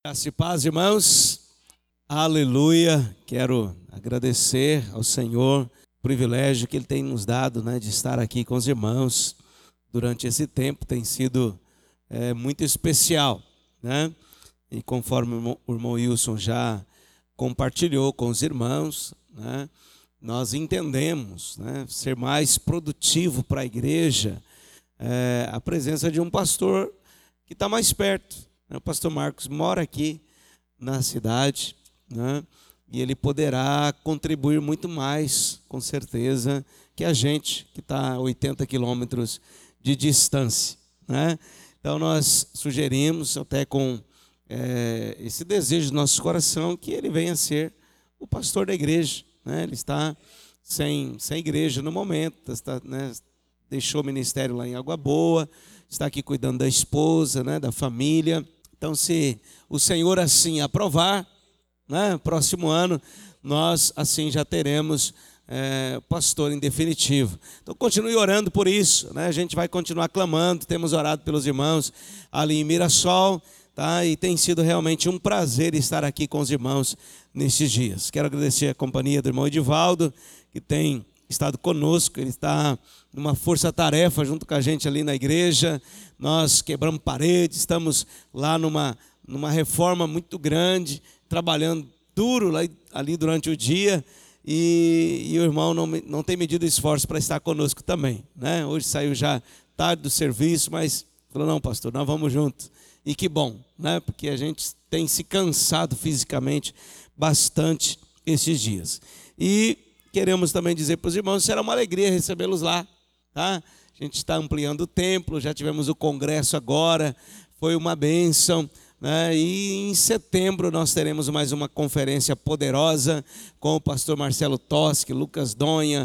Graça e paz, irmãos. Aleluia. Quero agradecer ao Senhor o privilégio que Ele tem nos dado, de estar aqui com os irmãos durante esse tempo. Tem sido muito especial, E conforme o irmão Wilson já compartilhou com os irmãos, nós entendemos, ser mais produtivo para a igreja, a presença de um pastor que está mais perto. O pastor Marcos mora aqui na cidade, e ele poderá contribuir muito mais, com certeza, que a gente que está a 80 quilômetros de distância. Então nós sugerimos, até com esse desejo do nosso coração, que ele venha ser o pastor da igreja. Ele está sem igreja no momento, deixou o ministério lá em Água Boa, está aqui cuidando da esposa, da família. Então, se o Senhor assim aprovar, próximo ano, nós assim já teremos pastor em definitivo. Então, continue orando por isso, A gente vai continuar clamando, temos orado pelos irmãos ali em Mirassol, E tem sido realmente um prazer estar aqui com os irmãos nesses dias. Quero agradecer a companhia do irmão Edivaldo, que tem estado conosco. Ele está numa força-tarefa junto com a gente ali na igreja. Nós quebramos paredes, estamos lá numa reforma muito grande, trabalhando duro ali durante o dia, e o irmão não tem medido esforço para estar conosco também, Hoje saiu já tarde do serviço, mas falou: não, pastor, nós vamos juntos. E que bom, porque a gente tem se cansado fisicamente bastante esses dias. E queremos também dizer para os irmãos: será uma alegria recebê-los lá, A gente está ampliando o templo, já tivemos o congresso agora, foi uma bênção, E em setembro nós teremos mais uma conferência poderosa com o pastor Marcelo Toschi, Lucas Donha,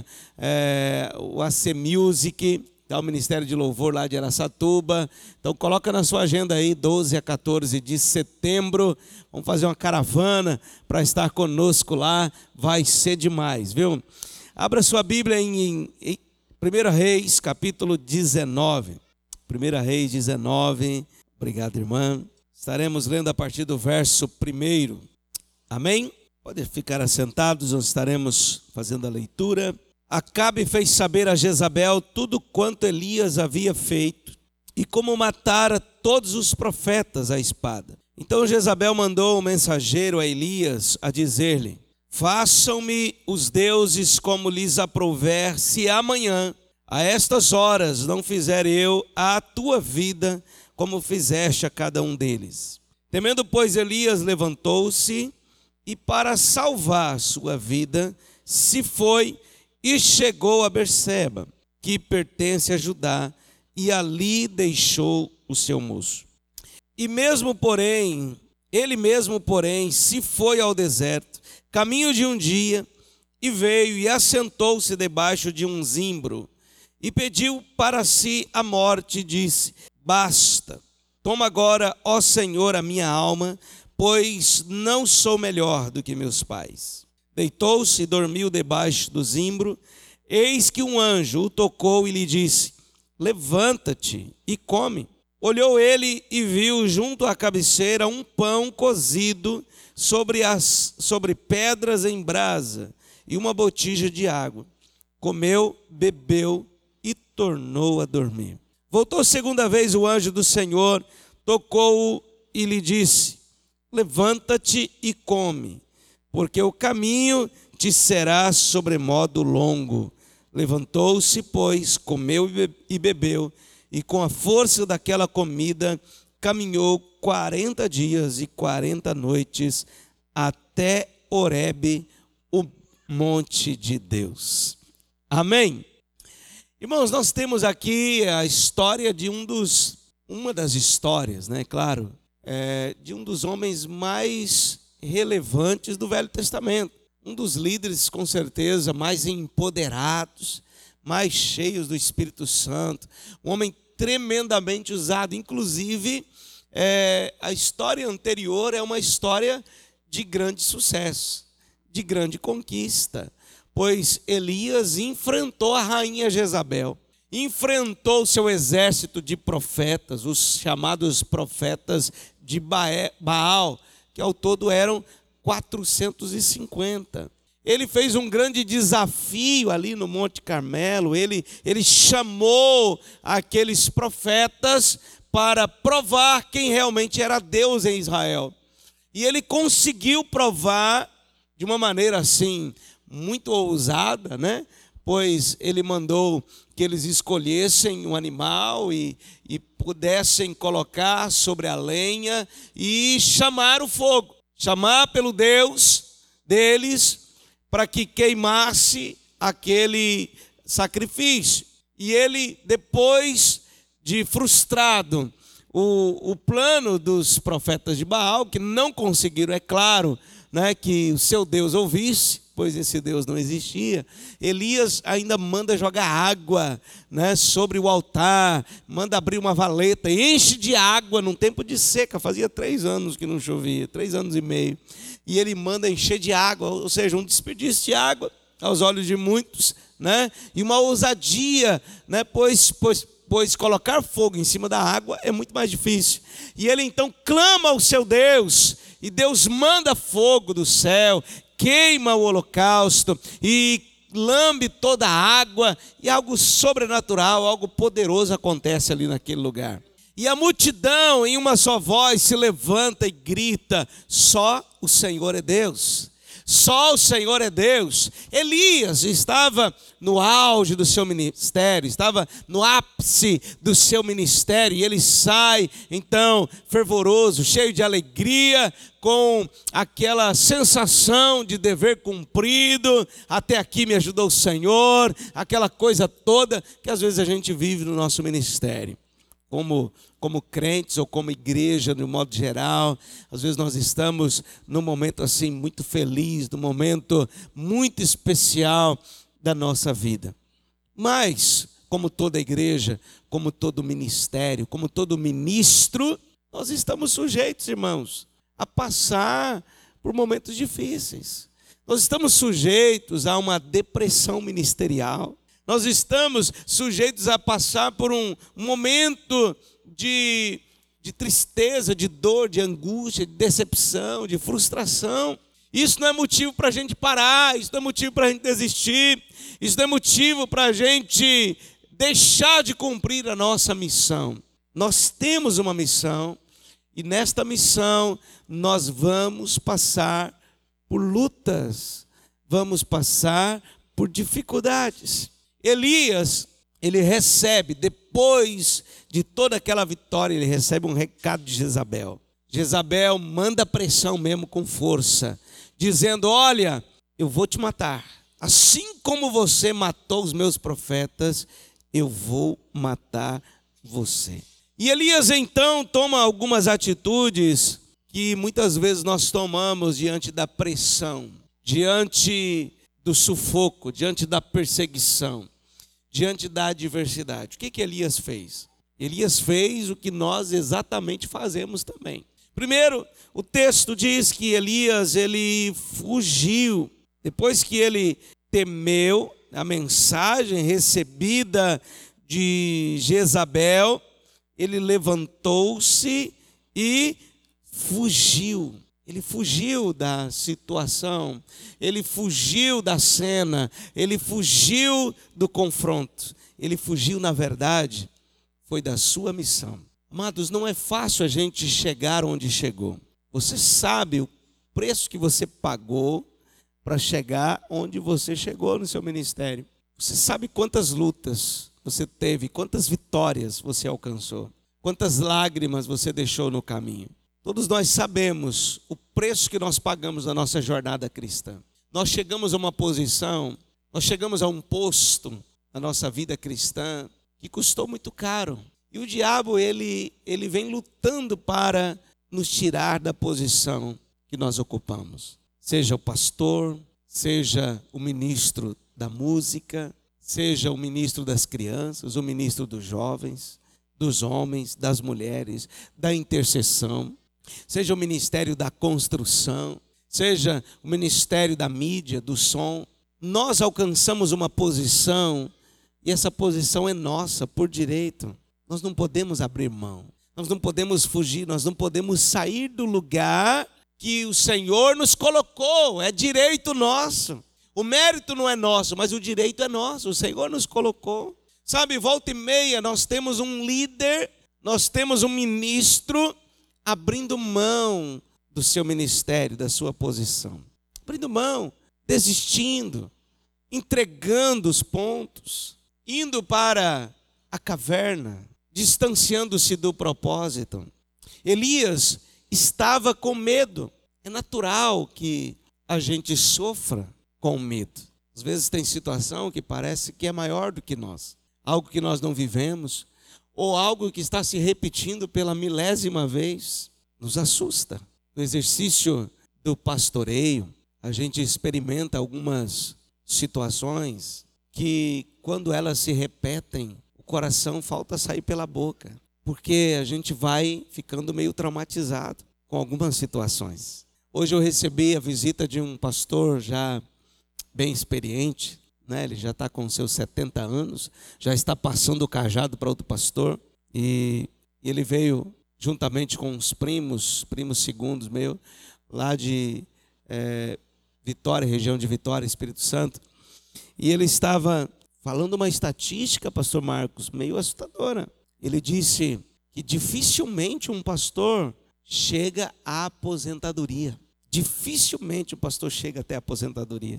o AC Music, o Ministério de Louvor lá de Araçatuba. Então coloca na sua agenda aí, 12 a 14 de setembro, vamos fazer uma caravana para estar conosco lá, vai ser demais, viu? Abra sua Bíblia em 1 Reis, capítulo 19. 1 Reis 19, obrigado, irmã. Estaremos lendo a partir do verso 1. Amém? Pode ficar assentados, nós estaremos fazendo a leitura. Acabe fez saber a Jezabel tudo quanto Elias havia feito e como matara todos os profetas à espada. Então Jezabel mandou um mensageiro a Elias a dizer-lhe: façam-me os deuses como lhes aprouver, se amanhã, a estas horas, não fizer eu à tua vida como fizeste a cada um deles. Temendo, pois, Elias levantou-se e, para salvar sua vida, se foi e chegou a Berseba, que pertence a Judá, e ali deixou o seu moço. Ele mesmo, porém, se foi ao deserto, caminho de um dia, e veio e assentou-se debaixo de um zimbro, e pediu para si a morte, e disse: basta, toma agora, ó Senhor, a minha alma, pois não sou melhor do que meus pais. Deitou-se e dormiu debaixo do zimbro. Eis que um anjo o tocou e lhe disse: levanta-te e come. Olhou ele e viu junto à cabeceira um pão cozido sobre pedras em brasa e uma botija de água. Comeu, bebeu e tornou a dormir. Voltou segunda vez o anjo do Senhor, tocou-o e lhe disse: levanta-te e come, porque o caminho te será sobremodo longo. Levantou-se, pois, comeu e bebeu, e com a força daquela comida caminhou 40 dias e 40 noites até Horebe, o monte de Deus. Amém? Irmãos, nós temos aqui a história de uma das histórias, claro, de um dos homens mais relevantes do Velho Testamento. Um dos líderes, com certeza, mais empoderados, mais cheios do Espírito Santo. Um homem tremendamente usado. Inclusive, a história anterior é uma história de grande sucesso, de grande conquista. Pois Elias enfrentou a rainha Jezabel. enfrentou seu exército de profetas, os chamados profetas de Baal, que ao todo eram 450. Ele fez um grande desafio ali no Monte Carmelo. Ele chamou aqueles profetas para provar quem realmente era Deus em Israel. E ele conseguiu provar de uma maneira assim, muito ousada, né? Pois ele mandou que eles escolhessem um animal e pudessem colocar sobre a lenha e chamar o fogo. Chamar pelo Deus deles para que queimasse aquele sacrifício. E ele, depois de frustrado o plano dos profetas de Baal, que não conseguiram, é claro, né, que o seu Deus ouvisse, pois esse Deus não existia, Elias ainda manda jogar água, né, sobre o altar, manda abrir uma valeta, enche de água num tempo de seca, fazia 3 anos que não chovia, 3 anos e meio, e ele manda encher de água, ou seja, um desperdício de água aos olhos de muitos, né, e uma ousadia, né, pois colocar fogo em cima da água é muito mais difícil. E ele então clama ao seu Deus, e Deus manda fogo do céu, queima o holocausto e lambe toda a água, e algo sobrenatural, algo poderoso acontece ali naquele lugar. E a multidão em uma só voz se levanta e grita: só o Senhor é Deus. Só o Senhor é Deus. Elias estava no auge do seu ministério, estava no ápice do seu ministério, e ele sai então fervoroso, cheio de alegria, com aquela sensação de dever cumprido. Até aqui me ajudou o Senhor, aquela coisa toda que às vezes a gente vive no nosso ministério. Como crentes ou como igreja, de um modo geral, às vezes nós estamos num momento assim muito feliz, num momento muito especial da nossa vida. Mas, como toda igreja, como todo ministério, como todo ministro, nós estamos sujeitos, irmãos, a passar por momentos difíceis. Nós estamos sujeitos a uma depressão ministerial. Nós estamos sujeitos a passar por um momento de tristeza, de dor, de angústia, de decepção, de frustração. Isso não é motivo para a gente parar, isso não é motivo para a gente desistir, isso não é motivo para a gente deixar de cumprir a nossa missão. Nós temos uma missão, e nesta missão nós vamos passar por lutas, vamos passar por dificuldades. Elias, ele recebe, depois de toda aquela vitória, ele recebe um recado de Jezabel. Jezabel manda pressão mesmo com força, dizendo: olha, eu vou te matar. Assim como você matou os meus profetas, eu vou matar você. E Elias então toma algumas atitudes que muitas vezes nós tomamos diante da pressão, diante do sufoco, diante da perseguição, diante da adversidade. O que Elias fez? Elias fez o que nós exatamente fazemos também. Primeiro, o texto diz que Elias, ele fugiu. Depois que ele temeu a mensagem recebida de Jezabel, ele levantou-se e fugiu. Ele fugiu da situação, ele fugiu da cena, ele fugiu do confronto. Ele fugiu, na verdade, foi da sua missão. Amados, não é fácil a gente chegar onde chegou. Você sabe o preço que você pagou para chegar onde você chegou no seu ministério. Você sabe quantas lutas você teve, quantas vitórias você alcançou, quantas lágrimas você deixou no caminho. Todos nós sabemos o preço que nós pagamos na nossa jornada cristã. Nós chegamos a uma posição, nós chegamos a um posto na nossa vida cristã que custou muito caro. E o diabo, ele vem lutando para nos tirar da posição que nós ocupamos. Seja o pastor, seja o ministro da música, seja o ministro das crianças, o ministro dos jovens, dos homens, das mulheres, da intercessão, seja o ministério da construção, seja o ministério da mídia, do som. Nós alcançamos uma posição, e essa posição é nossa por direito. Nós não podemos abrir mão. Nós não podemos fugir, nós não podemos sair do lugar que o Senhor nos colocou, é direito nosso. O mérito não é nosso, mas o direito é nosso, o Senhor nos colocou. Sabe, volta e meia nós temos um líder, nós temos um ministro abrindo mão do seu ministério, da sua posição. Abrindo mão, desistindo, entregando os pontos, indo para a caverna, distanciando-se do propósito. Elias estava com medo. É natural que a gente sofra com medo. Às vezes tem situação que parece que é maior do que nós. Algo que nós não vivemos, ou algo que está se repetindo pela milésima vez, nos assusta. No exercício do pastoreio, a gente experimenta algumas situações que, quando elas se repetem, o coração falta sair pela boca, porque a gente vai ficando meio traumatizado com algumas situações. Hoje eu recebi a visita de um pastor já bem experiente, né? Ele já está com seus 70 anos, já está passando o cajado para outro pastor, e ele veio juntamente com uns primos segundos meus, lá de Vitória, região de Vitória, Espírito Santo, e ele estava falando uma estatística, pastor Marcos, meio assustadora. Ele disse que dificilmente um pastor chega à aposentadoria. Dificilmente o pastor chega até a aposentadoria.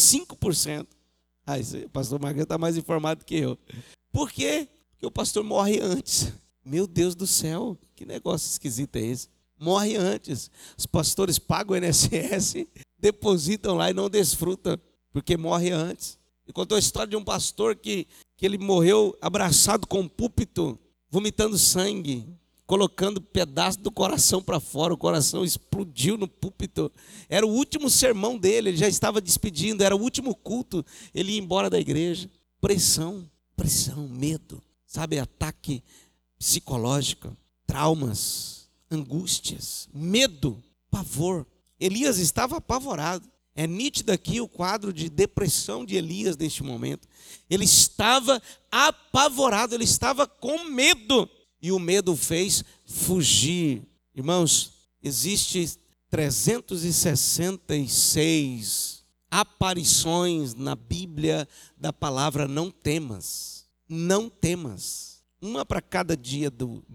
5%. O pastor Marcos está mais informado que eu. Por quê? Porque o pastor morre antes. Meu Deus do céu, que negócio esquisito é esse? Morre antes. Os pastores pagam o INSS, depositam lá e não desfrutam, porque morre antes. E contou a história de um pastor que ele morreu abraçado com um púlpito, vomitando sangue, colocando pedaço do coração para fora. O coração explodiu no púlpito. Era o último sermão dele, ele já estava despedindo, era o último culto, ele ia embora da igreja. Pressão, medo, sabe, ataque psicológico, traumas, angústias, medo, pavor. Elias estava apavorado. É nítido aqui o quadro de depressão de Elias neste momento. Ele estava apavorado, ele estava com medo. E o medo fez fugir. Irmãos, existe 366 aparições na Bíblia da palavra não temas. Não temas. Uma para cada dia do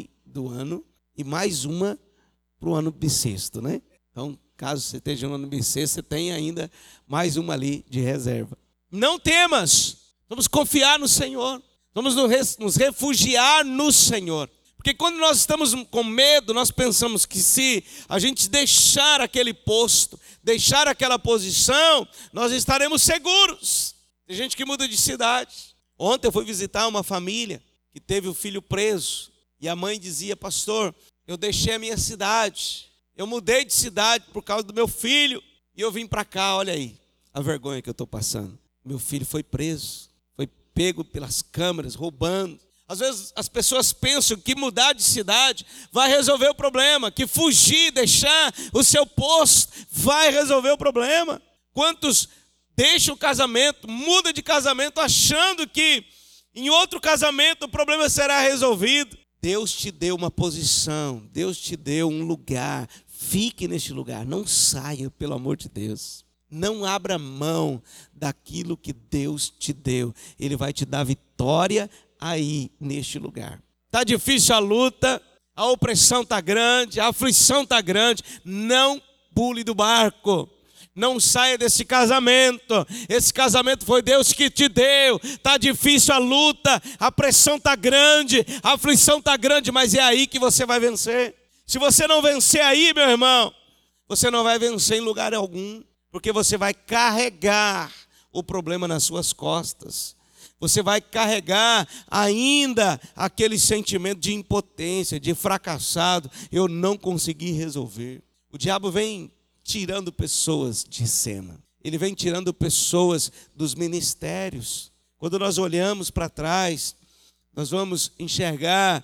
ano e mais uma para o ano bissexto, né? Então, caso você esteja no ano bissexto, você tem ainda mais uma ali de reserva. Não temas. Vamos confiar no Senhor. Vamos nos refugiar no Senhor. Porque quando nós estamos com medo, nós pensamos que se a gente deixar aquele posto, deixar aquela posição, nós estaremos seguros. Tem gente que muda de cidade. Ontem eu fui visitar uma família que teve o filho preso. E a mãe dizia: pastor, eu deixei a minha cidade. Eu mudei de cidade por causa do meu filho. E eu vim para cá, olha aí, a vergonha que eu estou passando. Meu filho foi preso. Pego pelas câmeras, roubando. Às vezes as pessoas pensam que mudar de cidade vai resolver o problema, que fugir, deixar o seu posto vai resolver o problema. Quantos deixam o casamento, mudam de casamento achando que em outro casamento o problema será resolvido. Deus te deu uma posição, Deus te deu um lugar, fique neste lugar, não saia, pelo amor de Deus. Não abra mão daquilo que Deus te deu. Ele vai te dar vitória aí neste lugar. Está difícil a luta, a opressão está grande, a aflição está grande. Não pule do barco. Não saia desse casamento. Esse casamento foi Deus que te deu. Está difícil a luta, a pressão está grande, a aflição está grande, mas é aí que você vai vencer. Se você não vencer aí, meu irmão, você não vai vencer em lugar algum. Porque você vai carregar o problema nas suas costas. Você vai carregar ainda aquele sentimento de impotência, de fracassado. Eu não consegui resolver. O diabo vem tirando pessoas de cena. Ele vem tirando pessoas dos ministérios. Quando nós olhamos para trás, nós vamos enxergar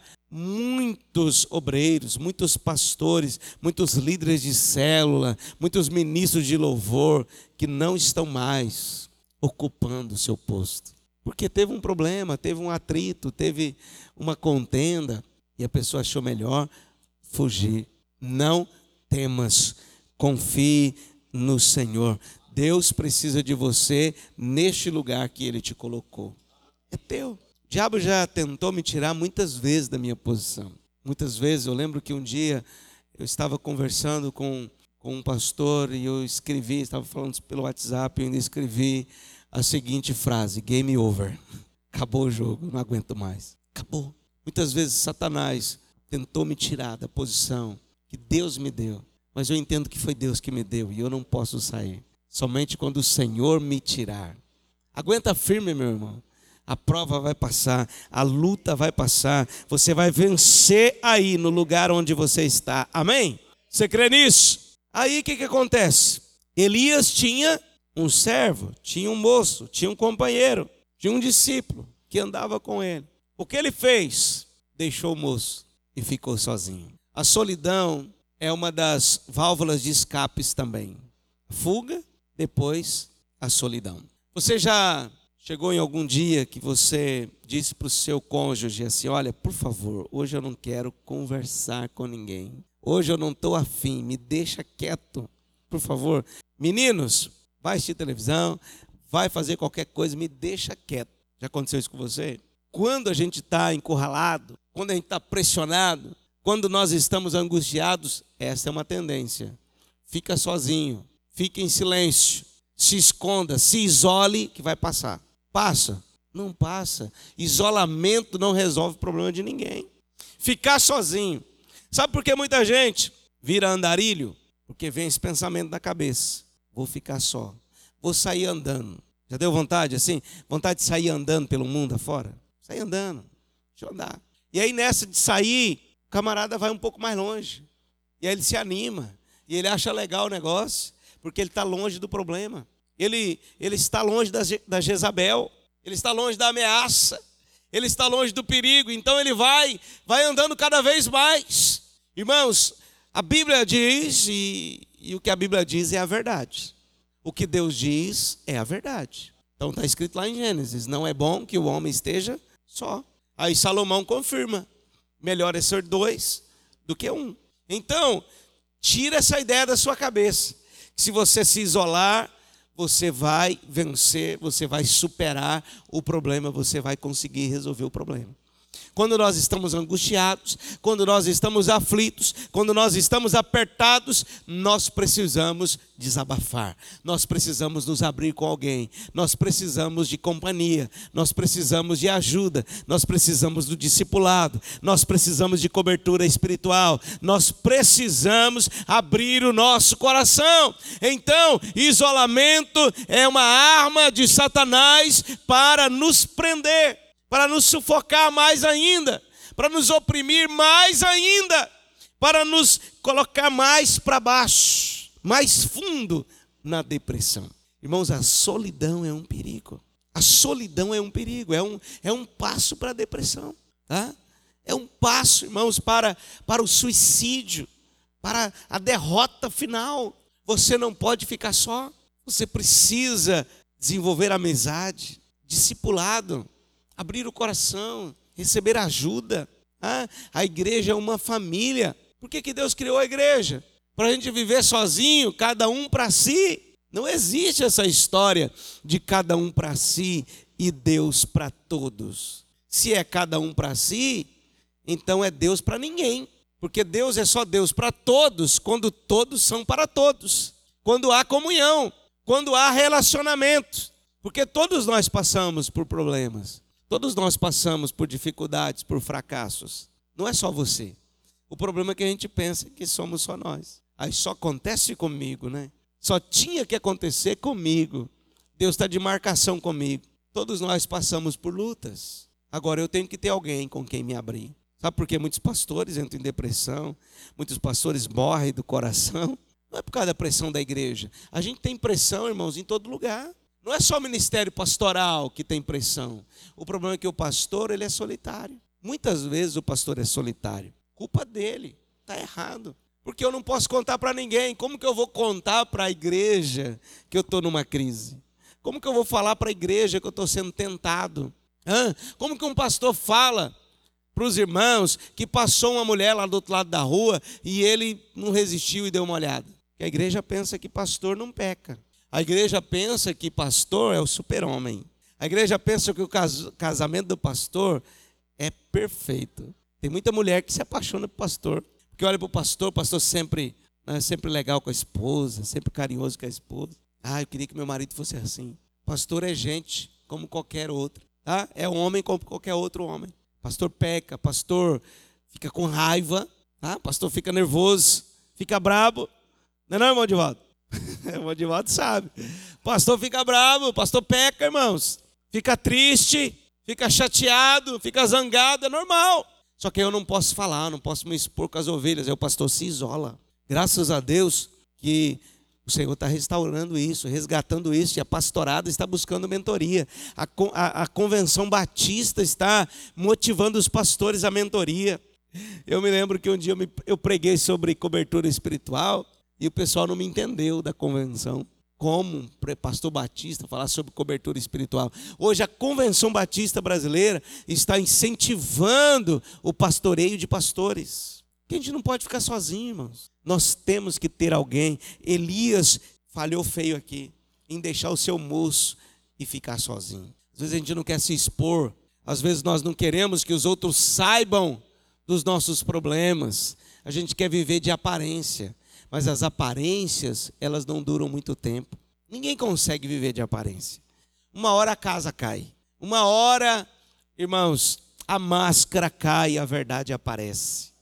muitos obreiros, muitos pastores, muitos líderes de célula, muitos ministros de louvor que não estão mais ocupando o seu posto. Porque teve um problema, teve um atrito, teve uma contenda. e a pessoa achou melhor fugir. Não temas, confie no Senhor. Deus precisa de você neste lugar que Ele te colocou. É teu. O diabo já tentou me tirar muitas vezes da minha posição. Muitas vezes, eu lembro que um dia eu estava conversando com um pastor e eu escrevi, estava falando pelo WhatsApp, eu ainda escrevi a seguinte frase: game over. Acabou o jogo, não aguento mais. Acabou. Muitas vezes Satanás tentou me tirar da posição que Deus me deu, mas eu entendo que foi Deus que me deu e eu não posso sair. Somente quando o Senhor me tirar. Aguenta firme, meu irmão. A prova vai passar, a luta vai passar, você vai vencer aí no lugar onde você está. Amém? Você crê nisso? Aí o que acontece? Elias tinha um servo, tinha um moço, tinha um companheiro, tinha um discípulo que andava com ele. O que ele fez? Deixou o moço e ficou sozinho. A solidão é uma das válvulas de escapes também. Fuga, depois a solidão. Você já chegou em algum dia que você disse para o seu cônjuge assim: olha, por favor, hoje eu não quero conversar com ninguém. Hoje eu não estou afim, me deixa quieto, por favor. Meninos, vai assistir televisão, vai fazer qualquer coisa, me deixa quieto. Já aconteceu isso com você? Quando a gente está encurralado, quando a gente está pressionado, quando nós estamos angustiados, essa é uma tendência. Fica sozinho, fica em silêncio, se esconda, se isole, que vai passar. Passa? Não passa. Isolamento não resolve o problema de ninguém. Ficar sozinho. Sabe por que muita gente vira andarilho? Porque vem esse pensamento na cabeça: vou ficar só, vou sair andando. Já deu vontade assim? Vontade de sair andando pelo mundo afora? Sair andando, deixa eu andar. E aí nessa de sair, o camarada vai um pouco mais longe. E aí ele se anima, e ele acha legal o negócio, porque ele está longe do problema. Ele está longe da Jezabel, ele está longe da ameaça, ele está longe do perigo, então ele vai andando cada vez mais. Irmãos, a Bíblia diz, e o que a Bíblia diz é a verdade. O que Deus diz é a verdade. Então está escrito lá em Gênesis: não é bom que o homem esteja só. Aí Salomão confirma: melhor é ser dois do que um. Então, tira essa ideia da sua cabeça, que se você se isolar, você vai vencer, você vai superar o problema, você vai conseguir resolver o problema. Quando nós estamos angustiados, quando nós estamos aflitos, quando nós estamos apertados, nós precisamos desabafar, nós precisamos nos abrir com alguém, nós precisamos de companhia, nós precisamos de ajuda, nós precisamos do discipulado, nós precisamos de cobertura espiritual, nós precisamos abrir o nosso coração. Então, isolamento é uma arma de Satanás para nos prender, para nos sufocar mais ainda, para nos oprimir mais ainda, para nos colocar mais para baixo, mais fundo na depressão. Irmãos, a solidão é um perigo. A solidão é um perigo, é um passo para a depressão, tá? É um passo, irmãos, para o suicídio, para a derrota final. Você não pode ficar só, você precisa desenvolver amizade, discipulado, abrir o coração, receber ajuda. A igreja é uma família. Por que Deus criou a igreja? Para a gente viver sozinho, cada um para si? Não existe essa história de cada um para si e Deus para todos. Se é cada um para si, então é Deus para ninguém. Porque Deus é só Deus para todos, quando todos são para todos. Quando há comunhão, quando há relacionamento. Porque todos nós passamos por problemas. Todos nós passamos por dificuldades, por fracassos. Não é só você. O problema é que a gente pensa que somos só nós. Aí só acontece comigo, né? Só tinha que acontecer comigo. Deus está de marcação comigo. Todos nós passamos por lutas. Agora eu tenho que ter alguém com quem me abrir. Sabe por que muitos pastores entram em depressão? Muitos pastores morrem do coração. Não é por causa da pressão da igreja. A gente tem pressão, irmãos, em todo lugar. Não é só o ministério pastoral que tem pressão. O problema é que o pastor, ele é solitário. Muitas vezes o pastor é solitário. Culpa dele, está errado. Porque eu não posso contar para ninguém. Como que eu vou contar para a igreja que eu estou numa crise? Como que eu vou falar para a igreja que eu estou sendo tentado? Como que um pastor fala para os irmãos que passou uma mulher lá do outro lado da rua e ele não resistiu e deu uma olhada. A igreja pensa que pastor não peca. A igreja pensa que pastor é o super-homem. A igreja pensa que o casamento do pastor é perfeito. Tem muita mulher que se apaixona por pastor, porque olha para o pastor sempre, né, sempre legal com a esposa, sempre carinhoso com a esposa. Eu queria que meu marido fosse assim. Pastor é gente como qualquer outro, tá? É homem como qualquer outro homem. Pastor peca, pastor fica com raiva, tá? Pastor fica nervoso, fica brabo. Não, irmão Divaldo? O irmão Divaldo sabe. Pastor fica bravo, pastor peca, irmãos. Fica triste, fica chateado, fica zangado, é normal. Só que eu não posso falar, não posso me expor com as ovelhas. Aí o pastor se isola. Graças a Deus que o Senhor está restaurando isso, resgatando isso. E a pastorada está buscando mentoria. A Convenção Batista está motivando os pastores à mentoria. Eu me lembro que um dia eu preguei sobre cobertura espiritual. E o pessoal não me entendeu da convenção. Como pastor batista falar sobre cobertura espiritual. Hoje a Convenção Batista Brasileira está incentivando o pastoreio de pastores. Porque a gente não pode ficar sozinho, irmãos. Nós temos que ter alguém. Elias falhou feio aqui em deixar o seu moço e ficar sozinho. Às vezes a gente não quer se expor. Às vezes nós não queremos que os outros saibam dos nossos problemas. A gente quer viver de aparência. Mas as aparências, elas não duram muito tempo. Ninguém consegue viver de aparência. Uma hora a casa cai. Uma hora, irmãos, a máscara cai e a verdade aparece.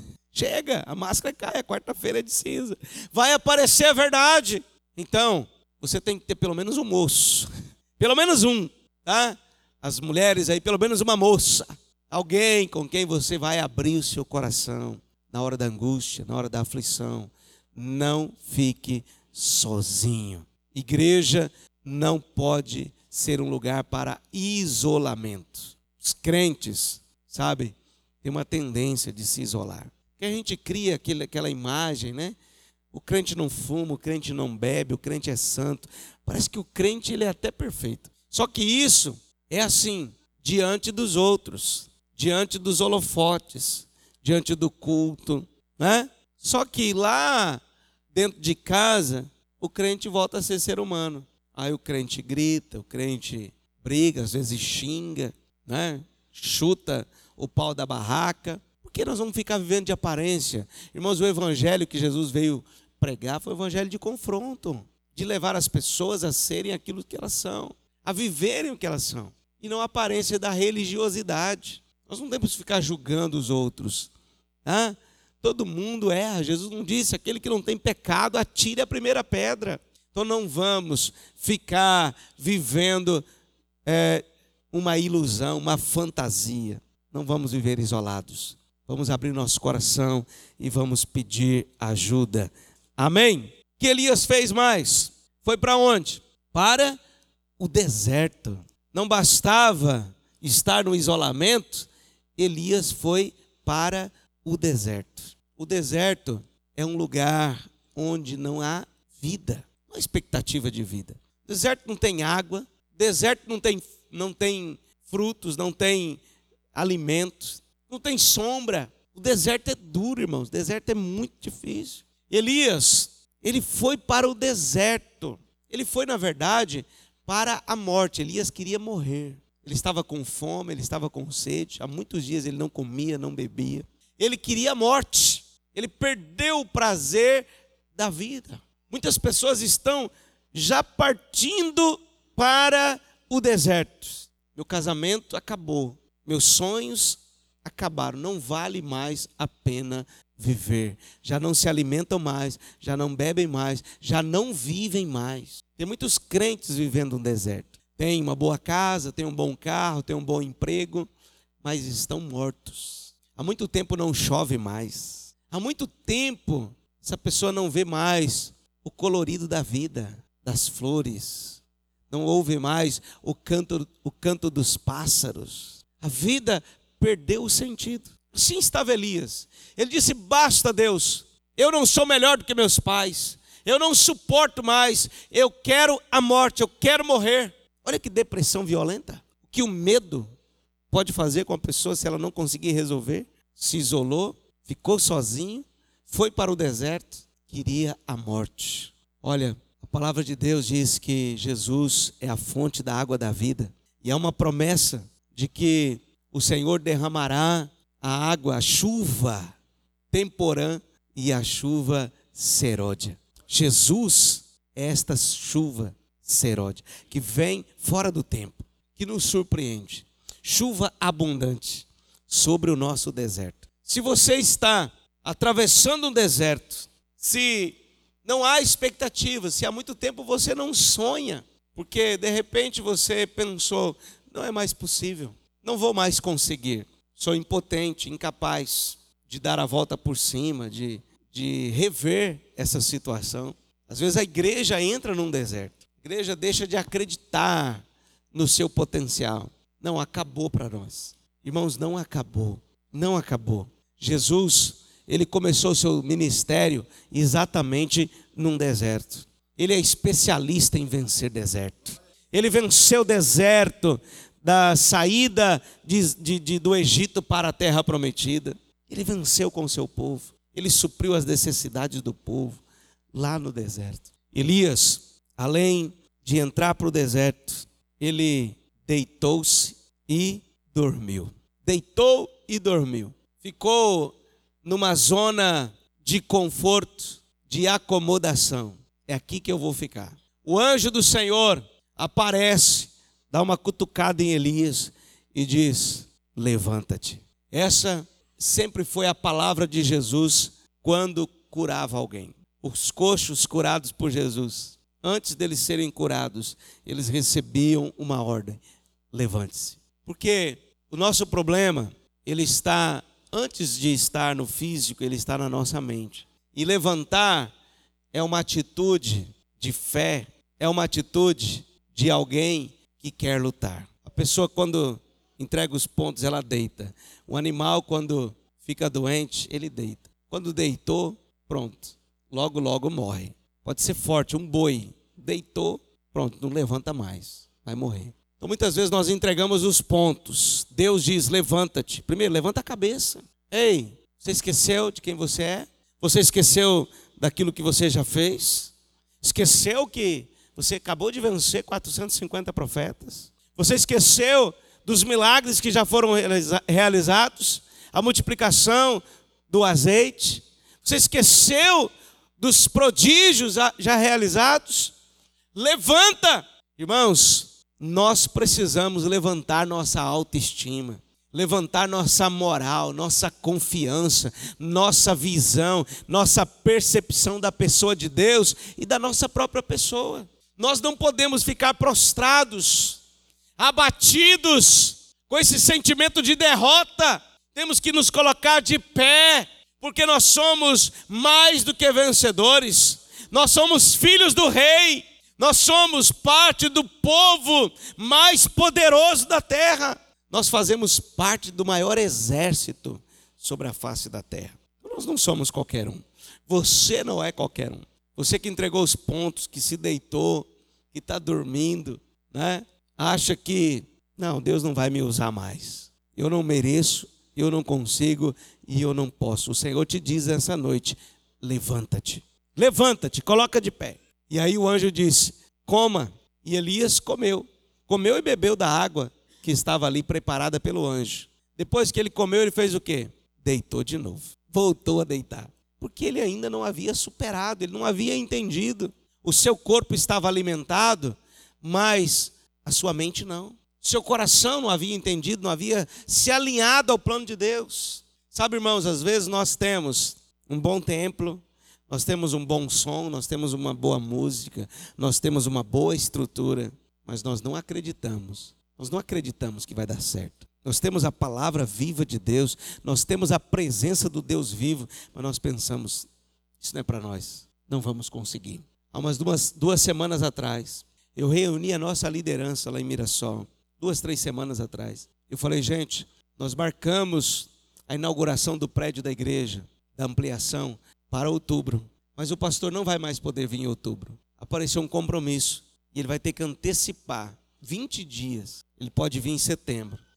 Chega, a máscara cai, a quarta-feira é de cinza. Vai aparecer a verdade. Então, você tem que ter pelo menos um moço. Pelo menos um, tá? As mulheres aí, pelo menos uma moça. Alguém com quem você vai abrir o seu coração na hora da angústia, na hora da aflição. Não fique sozinho. Igreja não pode ser um lugar para isolamento. Os crentes, sabe, tem uma tendência de se isolar. Porque a gente cria aquela imagem, né? O crente não fuma, o crente não bebe, o crente é santo. Parece que o crente ele é até perfeito. Só que isso é assim, diante dos outros, diante dos holofotes, diante do culto, né? Só que lá dentro de casa, o crente volta a ser ser humano. Aí o crente grita, o crente briga, às vezes xinga, né? Chuta o pau da barraca. Por que nós vamos ficar vivendo de aparência? Irmãos, o evangelho que Jesus veio pregar foi o evangelho de confronto, de levar as pessoas a serem aquilo que elas são, a viverem o que elas são, e não a aparência da religiosidade. Nós não temos que ficar julgando os outros, tá? Todo mundo erra. Jesus não disse, aquele que não tem pecado, atire a primeira pedra. Então não vamos ficar vivendo uma ilusão, uma fantasia. Não vamos viver isolados. Vamos abrir nosso coração e vamos pedir ajuda. Amém? O que Elias fez mais? Foi para onde? Para o deserto. Não bastava estar no isolamento, Elias foi para o deserto. O deserto é um lugar onde não há vida, não há expectativa de vida. O deserto não tem água, o deserto não tem frutos, não tem alimentos, não tem sombra. O deserto é duro, irmãos, o deserto é muito difícil. Elias, ele foi para o deserto. Ele foi, na verdade, para a morte. Elias queria morrer. Ele estava com fome, ele estava com sede. Há muitos dias ele não comia, não bebia. Ele queria a morte. Ele perdeu o prazer da vida. Muitas pessoas estão já partindo para o deserto. Meu casamento acabou. Meus sonhos acabaram. Não vale mais a pena viver. Já não se alimentam mais, já não bebem mais, já não vivem mais. Tem muitos crentes vivendo no deserto. Tem uma boa casa, tem um bom carro, tem um bom emprego, mas estão mortos. Há muito tempo não chove mais. Há muito tempo essa pessoa não vê mais o colorido da vida, das flores. Não ouve mais o canto dos pássaros. A vida perdeu o sentido. Assim estava Elias. Ele disse, basta Deus, eu não sou melhor do que meus pais. Eu não suporto mais, eu quero a morte, eu quero morrer. Olha que depressão violenta. Que o medo pode fazer com a pessoa se ela não conseguir resolver? Se isolou, ficou sozinho, foi para o deserto, queria a morte. Olha, a palavra de Deus diz que Jesus é a fonte da água da vida. E há uma promessa de que o Senhor derramará a água, a chuva temporã e a chuva serôdia. Jesus é esta chuva serôdia, que vem fora do tempo, que nos surpreende. Chuva abundante sobre o nosso deserto. Se você está atravessando um deserto, se não há expectativa, se há muito tempo você não sonha, porque de repente você pensou, não é mais possível, não vou mais conseguir, sou impotente, incapaz de dar a volta por cima, de rever essa situação. Às vezes a igreja entra num deserto, a igreja deixa de acreditar no seu potencial. Não, acabou para nós. Irmãos, não acabou, não acabou. Jesus, ele começou o seu ministério exatamente num deserto. Ele é especialista em vencer deserto. Ele venceu o deserto da saída do Egito para a terra prometida. Ele venceu com o seu povo. Ele supriu as necessidades do povo lá no deserto. Elias, além de entrar para o deserto, ele deitou-se e dormiu. Deitou e dormiu. Ficou numa zona de conforto, de acomodação. É aqui que eu vou ficar. O anjo do Senhor aparece, dá uma cutucada em Elias e diz: levanta-te. Essa sempre foi a palavra de Jesus quando curava alguém. Os coxos curados por Jesus, antes deles serem curados, eles recebiam uma ordem: levante-se. Porque o nosso problema, ele está, antes de estar no físico, ele está na nossa mente. E levantar é uma atitude de fé, é uma atitude de alguém que quer lutar. A pessoa, quando entrega os pontos, ela deita. O animal, quando fica doente, ele deita. Quando deitou, pronto, logo, logo morre. Pode ser forte, um boi deitou, pronto, não levanta mais, vai morrer. Então muitas vezes nós entregamos os pontos. Deus diz: levanta-te. Primeiro, levanta a cabeça. Ei, você esqueceu de quem você é? Você esqueceu daquilo que você já fez? Esqueceu que você acabou de vencer 450 profetas? Você esqueceu dos milagres que já foram realizados? A multiplicação do azeite? Você esqueceu dos prodígios já realizados? Levanta! Irmãos, nós precisamos levantar nossa autoestima, levantar nossa moral, nossa confiança, nossa visão, nossa percepção da pessoa de Deus e da nossa própria pessoa. Nós não podemos ficar prostrados, abatidos, com esse sentimento de derrota. Temos que nos colocar de pé, porque nós somos mais do que vencedores. Nós somos filhos do Rei. Nós somos parte do povo mais poderoso da terra. Nós fazemos parte do maior exército sobre a face da terra. Nós não somos qualquer um. Você não é qualquer um. Você que entregou os pontos, que se deitou, que está dormindo, né? Acha que, não, Deus não vai me usar mais. Eu não mereço, eu não consigo e eu não posso. O Senhor te diz essa noite: levanta-te. Levanta-te, coloca de pé. E aí o anjo disse: coma. E Elias comeu. Comeu e bebeu da água que estava ali preparada pelo anjo. Depois que ele comeu, ele fez o quê? Deitou de novo. Voltou a deitar. Porque ele ainda não havia superado, ele não havia entendido. O seu corpo estava alimentado, mas a sua mente não. Seu coração não havia entendido, não havia se alinhado ao plano de Deus. Sabe, irmãos, às vezes nós temos um bom templo, nós temos um bom som, nós temos uma boa música, nós temos uma boa estrutura, mas nós não acreditamos. Nós não acreditamos que vai dar certo. Nós temos a palavra viva de Deus, nós temos a presença do Deus vivo, mas nós pensamos: isso não é para nós, não vamos conseguir. Há umas duas semanas atrás, eu reuni a nossa liderança lá em Mirassol, 2-3 semanas atrás. Eu falei: gente, nós marcamos a inauguração do prédio da igreja, da ampliação, para outubro, mas o pastor não vai mais poder vir em outubro. Apareceu um compromisso e ele vai ter que antecipar 20 dias. Ele pode vir em setembro.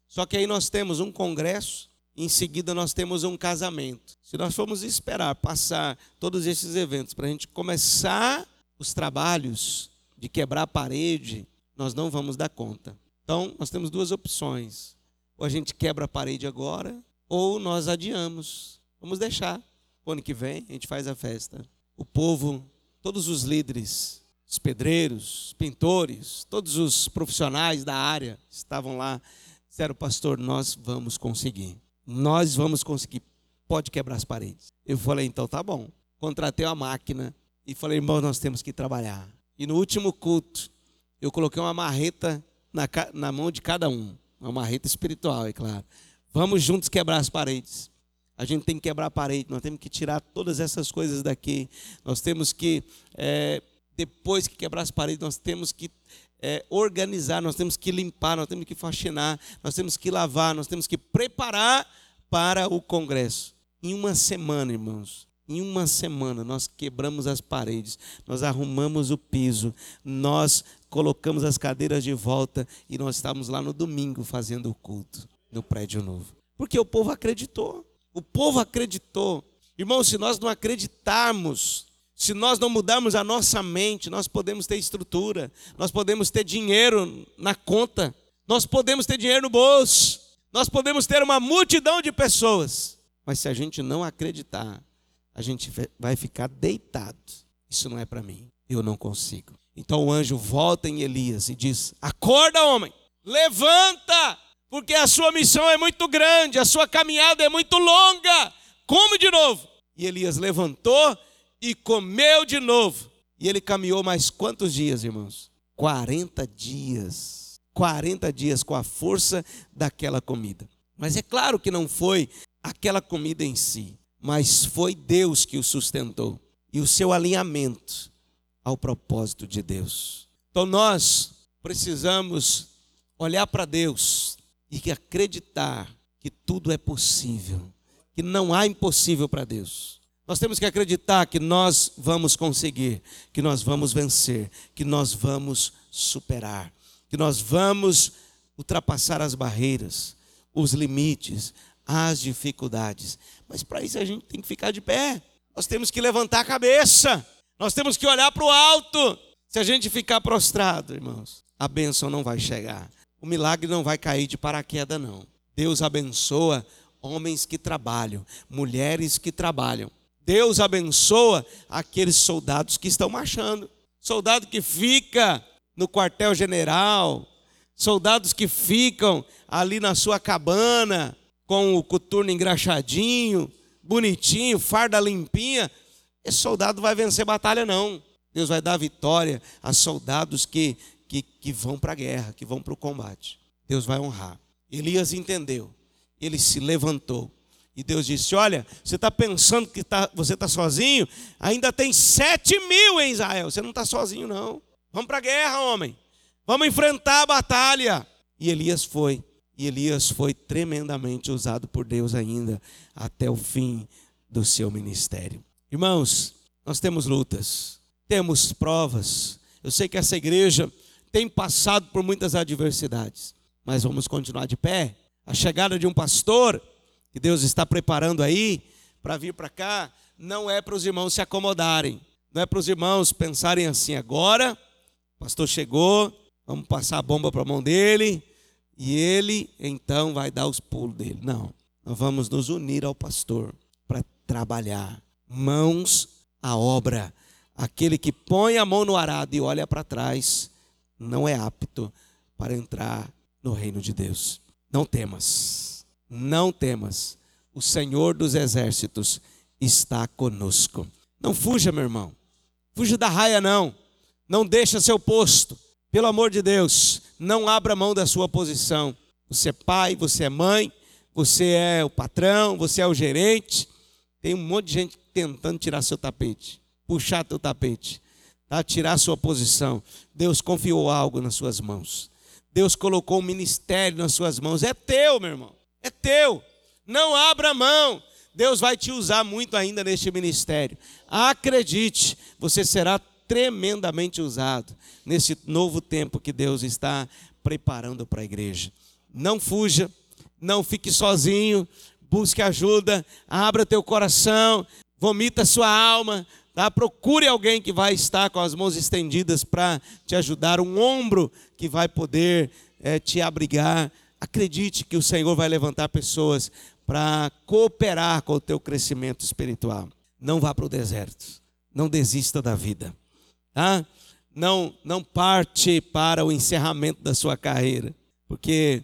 Só que aí nós temos um congresso, em seguida nós temos um casamento. Se nós formos esperar passar todos esses eventos para a gente começar os trabalhos de quebrar a parede, nós não vamos dar conta. Então, nós temos duas opções. Ou a gente quebra a parede agora, ou nós adiamos. Vamos deixar. O ano que vem a gente faz a festa. O povo, todos os líderes, os pedreiros, os pintores, todos os profissionais da área estavam lá. Disseram, pastor, nós vamos conseguir. Nós vamos conseguir. Pode quebrar as paredes. Eu falei, então tá bom. Contratei uma máquina e falei, irmão, nós temos que trabalhar. E no último culto, eu coloquei uma marreta na mão de cada um. Uma marreta espiritual, é claro. Vamos juntos quebrar as paredes. A gente tem que quebrar a parede, nós temos que tirar todas essas coisas daqui. Nós temos que, depois que quebrar as paredes, nós temos que organizar, nós temos que limpar, nós temos que faxinar, nós temos que lavar, nós temos que preparar para o congresso. Em uma semana, irmãos, em uma semana nós quebramos as paredes, nós arrumamos o piso, nós colocamos as cadeiras de volta e nós estávamos lá no domingo fazendo o culto no prédio novo. Porque o povo acreditou. O povo acreditou. Irmão, se nós não acreditarmos, se nós não mudarmos a nossa mente, nós podemos ter estrutura, nós podemos ter dinheiro na conta, nós podemos ter dinheiro no bolso, nós podemos ter uma multidão de pessoas. Mas se a gente não acreditar, a gente vai ficar deitado. Isso não é para mim, eu não consigo. Então o anjo volta em Elias e diz, acorda, homem, levanta, porque a sua missão é muito grande, a sua caminhada é muito longa, come de novo. E Elias levantou e comeu de novo. E ele caminhou mais quantos dias, irmãos? 40 dias. 40 dias com a força daquela comida. Mas é claro que não foi aquela comida em si, mas foi Deus que o sustentou. E o seu alinhamento ao propósito de Deus. Então nós precisamos olhar para Deus e acreditar que tudo é possível, que não há impossível para Deus. Nós temos que acreditar que nós vamos conseguir, que nós vamos vencer, que nós vamos superar, que nós vamos ultrapassar as barreiras, os limites, as dificuldades. Mas para isso a gente tem que ficar de pé, nós temos que levantar a cabeça, nós temos que olhar para o alto. Se a gente ficar prostrado, irmãos, a bênção não vai chegar. O milagre não vai cair de paraquedas, não. Deus abençoa homens que trabalham, mulheres que trabalham. Deus abençoa aqueles soldados que estão marchando. Soldado que fica no quartel-general, soldados que ficam ali na sua cabana, com o coturno engraxadinho, bonitinho, farda limpinha. Esse soldado vai vencer batalha, não. Deus vai dar vitória a soldados que vão para a guerra, que vão para o combate. Deus vai honrar. Elias entendeu. Ele se levantou. E Deus disse, olha, você está pensando que você está sozinho? Ainda tem 7.000 em Israel. Você não está sozinho, não. Vamos para a guerra, homem. Vamos enfrentar a batalha. E Elias foi. E Elias foi tremendamente usado por Deus ainda até o fim do seu ministério. Irmãos, nós temos lutas, temos provas. Eu sei que essa igreja tem passado por muitas adversidades, mas vamos continuar de pé. A chegada de um pastor que Deus está preparando aí para vir para cá, não é para os irmãos se acomodarem, não é para os irmãos pensarem assim, agora o pastor chegou, vamos passar a bomba para a mão dele e ele então vai dar os pulos dele. Não, nós vamos nos unir ao pastor para trabalhar, mãos à obra. Aquele que põe a mão no arado e olha para trás não é apto para entrar no reino de Deus. Não temas, não temas. O Senhor dos exércitos está conosco. Não fuja, meu irmão. Fuja da raia, não. Não deixa seu posto. Pelo amor de Deus, não abra mão da sua posição. Você é pai, você é mãe, você é o patrão, você é o gerente. Tem um monte de gente tentando tirar seu tapete, puxar teu tapete, tá? Tirar sua posição. Deus confiou algo nas suas mãos. Deus colocou um ministério nas suas mãos. É teu, meu irmão. É teu. Não abra mão. Deus vai te usar muito ainda neste ministério. Acredite, você será tremendamente usado nesse novo tempo que Deus está preparando para a igreja. Não fuja, não fique sozinho, busque ajuda, abra teu coração, vomita sua alma, tá? Procure alguém que vai estar com as mãos estendidas para te ajudar, um ombro que vai poder te abrigar. Acredite que o Senhor vai levantar pessoas para cooperar com o teu crescimento espiritual. Não vá para o deserto, não desista da vida, tá? Não parte para o encerramento da sua carreira, porque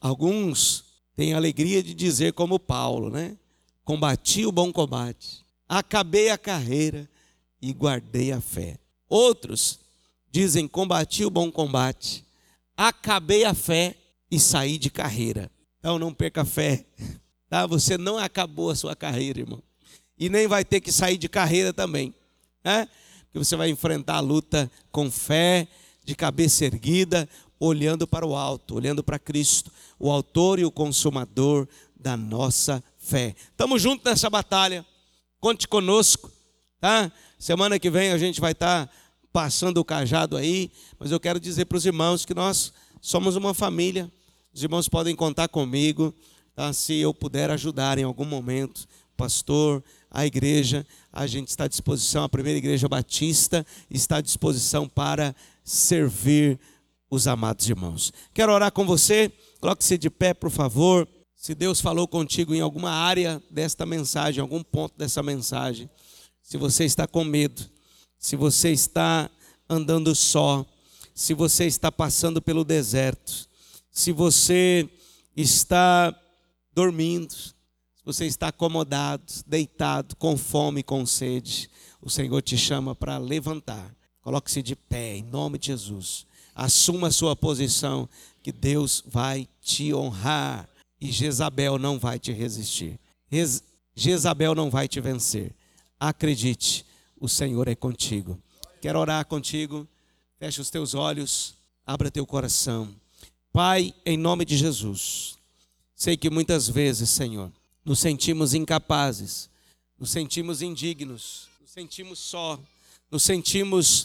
alguns têm a alegria de dizer como Paulo, né? Combati o bom combate, acabei a carreira e guardei a fé. Outros dizem combati o bom combate, acabei a fé e saí de carreira. Então não perca a fé, tá? Você não acabou a sua carreira, irmão, e nem vai ter que sair de carreira também, né? Porque você vai enfrentar a luta com fé, de cabeça erguida, olhando para o alto, olhando para Cristo, o autor e o consumador da nossa fé. Estamos juntos nessa batalha, conte conosco, tá? Semana que vem a gente vai estar passando o cajado aí, mas eu quero dizer para os irmãos que nós somos uma família. Os irmãos podem contar comigo, tá? Se eu puder ajudar em algum momento, pastor, a igreja, a gente está à disposição, a primeira igreja batista está à disposição para servir os amados irmãos. Quero orar com você, coloque-se de pé, por favor. Se Deus falou contigo em alguma área desta mensagem, algum ponto dessa mensagem, se você está com medo, se você está andando só, se você está passando pelo deserto, se você está dormindo, se você está acomodado, deitado, com fome, com sede, o Senhor te chama para levantar. Coloque-se de pé, em nome de Jesus. Assuma a sua posição, que Deus vai te honrar. E Jezabel não vai te resistir. Jezabel não vai te vencer. Acredite, o Senhor é contigo. Quero orar contigo. Feche os teus olhos, abra teu coração. Pai, em nome de Jesus, sei que muitas vezes, Senhor, nos sentimos incapazes, nos sentimos indignos, nos sentimos só, nos sentimos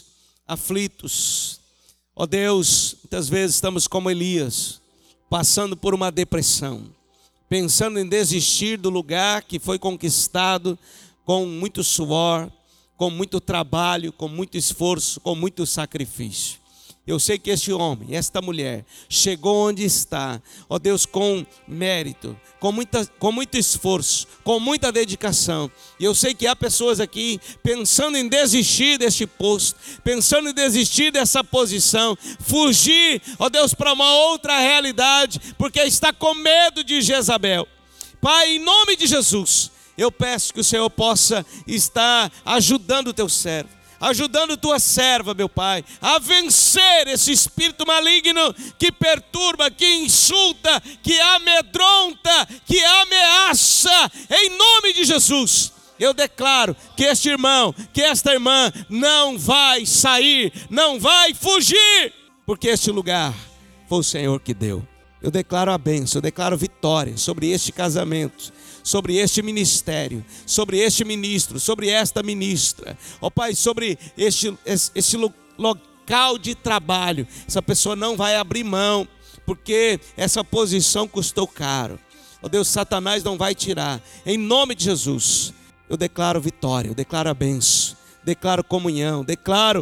aflitos. Ó Deus, muitas vezes estamos como Elias, passando por uma depressão, pensando em desistir do lugar que foi conquistado com muito suor, com muito trabalho, com muito esforço, com muito sacrifício. Eu sei que este homem, esta mulher, chegou onde está, ó Deus, com mérito, com muito esforço, com muita dedicação. E eu sei que há pessoas aqui pensando em desistir deste posto, pensando em desistir dessa posição, fugir, ó Deus, para uma outra realidade, porque está com medo de Jezabel. Pai, em nome de Jesus, eu peço que o Senhor possa estar ajudando o teu servo, ajudando tua serva, meu Pai, a vencer esse espírito maligno que perturba, que insulta, que amedronta, que ameaça. Em nome de Jesus, eu declaro que este irmão, que esta irmã não vai sair, não vai fugir, porque este lugar foi o Senhor que deu. Eu declaro a bênção, eu declaro vitória sobre este casamento, sobre este ministério, sobre este ministro, sobre esta ministra. Ó Pai, sobre este local de trabalho. Essa pessoa não vai abrir mão, porque essa posição custou caro. Ó Deus, Satanás não vai tirar. Em nome de Jesus, eu declaro vitória, eu declaro a bênção, declaro comunhão, declaro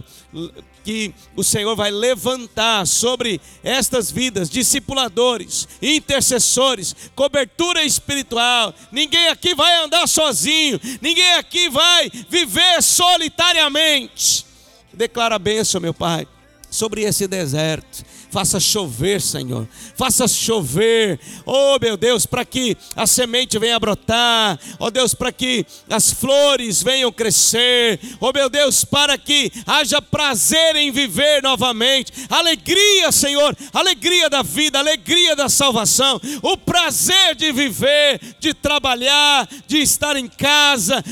que o Senhor vai levantar sobre estas vidas discipuladores, intercessores, cobertura espiritual. Ninguém aqui vai andar sozinho, ninguém aqui vai viver solitariamente. Declara a bênção, meu Pai, sobre esse deserto. Faça chover, Senhor, faça chover, oh meu Deus, para que a semente venha brotar, oh Deus, para que as flores venham crescer, oh meu Deus, para que haja prazer em viver novamente, alegria, Senhor, alegria da vida, alegria da salvação, o prazer de viver, de trabalhar, de estar em casa,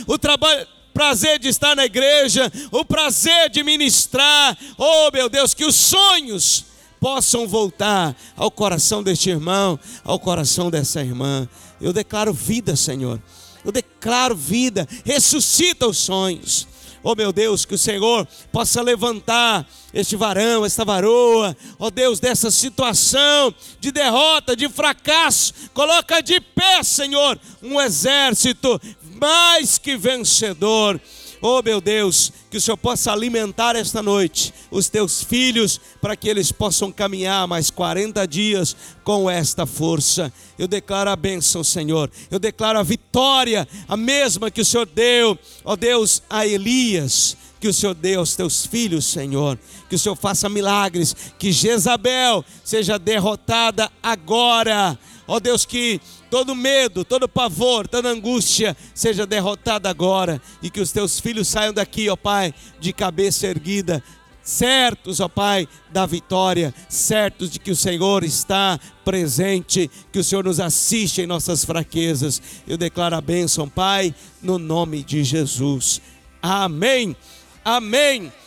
prazer de estar na igreja, o prazer de ministrar, oh meu Deus, que os sonhos possam voltar ao coração deste irmão, ao coração dessa irmã. Eu declaro vida, Senhor. Eu declaro vida. Ressuscita os sonhos. Oh meu Deus, que o Senhor possa levantar este varão, esta varoa, ó Deus, dessa situação de derrota, de fracasso. Coloca de pé, Senhor, um exército mais que vencedor. Oh meu Deus, que o Senhor possa alimentar esta noite os teus filhos, para que eles possam caminhar mais 40 dias com esta força. Eu declaro a bênção, Senhor. Eu declaro a vitória, a mesma que o Senhor deu, ó Deus, a Elias, que o Senhor dê aos teus filhos, Senhor. Que o Senhor faça milagres, que Jezabel seja derrotada agora. Ó Deus, que todo medo, todo pavor, toda angústia seja derrotada agora. E que os teus filhos saiam daqui, ó Pai, de cabeça erguida, certos, ó Pai, da vitória, certos de que o Senhor está presente, que o Senhor nos assiste em nossas fraquezas. Eu declaro a bênção, Pai, no nome de Jesus. Amém. Amém.